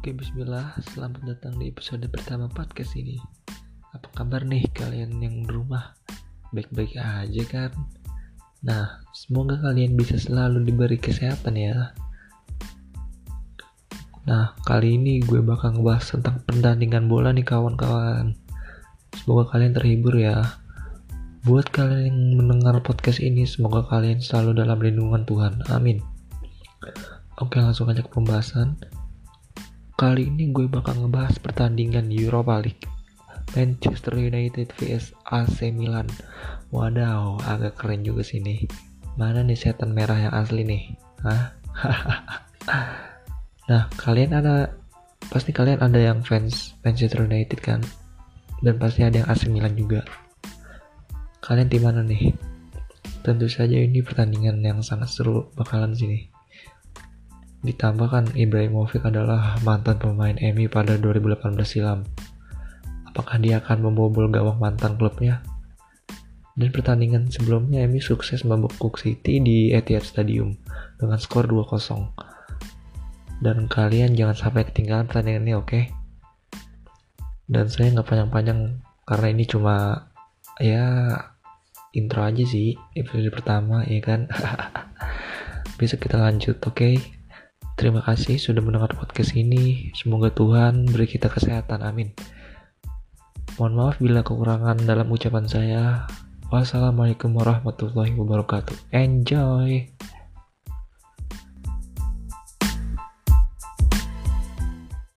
Oke, bismillah. Selamat datang di episode pertama podcast ini. Apa kabar nih kalian yang di rumah? Baik-baik aja kan? Nah, semoga kalian bisa selalu diberi kesehatan ya. Nah, kali ini gue bakal ngebahas tentang pertandingan bola nih kawan-kawan. Semoga kalian terhibur ya. Buat kalian yang mendengar podcast ini, semoga kalian selalu dalam lindungan Tuhan. Amin. Oke, langsung aja ke pembahasan. Kali ini gue bakal ngebahas pertandingan Europa League Manchester United vs AC Milan. Wadaw, agak keren juga sih nih. Mana nih setan merah yang asli nih? Hah? Nah, pasti kalian ada yang fans Manchester United kan? Dan pasti ada yang AC Milan juga. Kalian di mana nih? Tentu saja ini pertandingan yang sangat seru bakalan sini. Ditambah kan Ibrahimovic adalah mantan pemain MU pada 2018 silam. Apakah dia akan membobol gawang mantan klubnya? Dan pertandingan sebelumnya MU sukses membekuk City di Etihad Stadium dengan skor 2-0. Dan kalian jangan sampai ketinggalan pertandingan ini, oke? Dan saya nggak panjang-panjang karena ini cuma ya intro aja sih episode pertama ya kan. Besok kita lanjut, oke? Terima kasih sudah mendengar podcast ini. Semoga Tuhan beri kita kesehatan. Amin. Mohon maaf bila kekurangan dalam ucapan saya. Wassalamualaikum warahmatullahi wabarakatuh. Enjoy.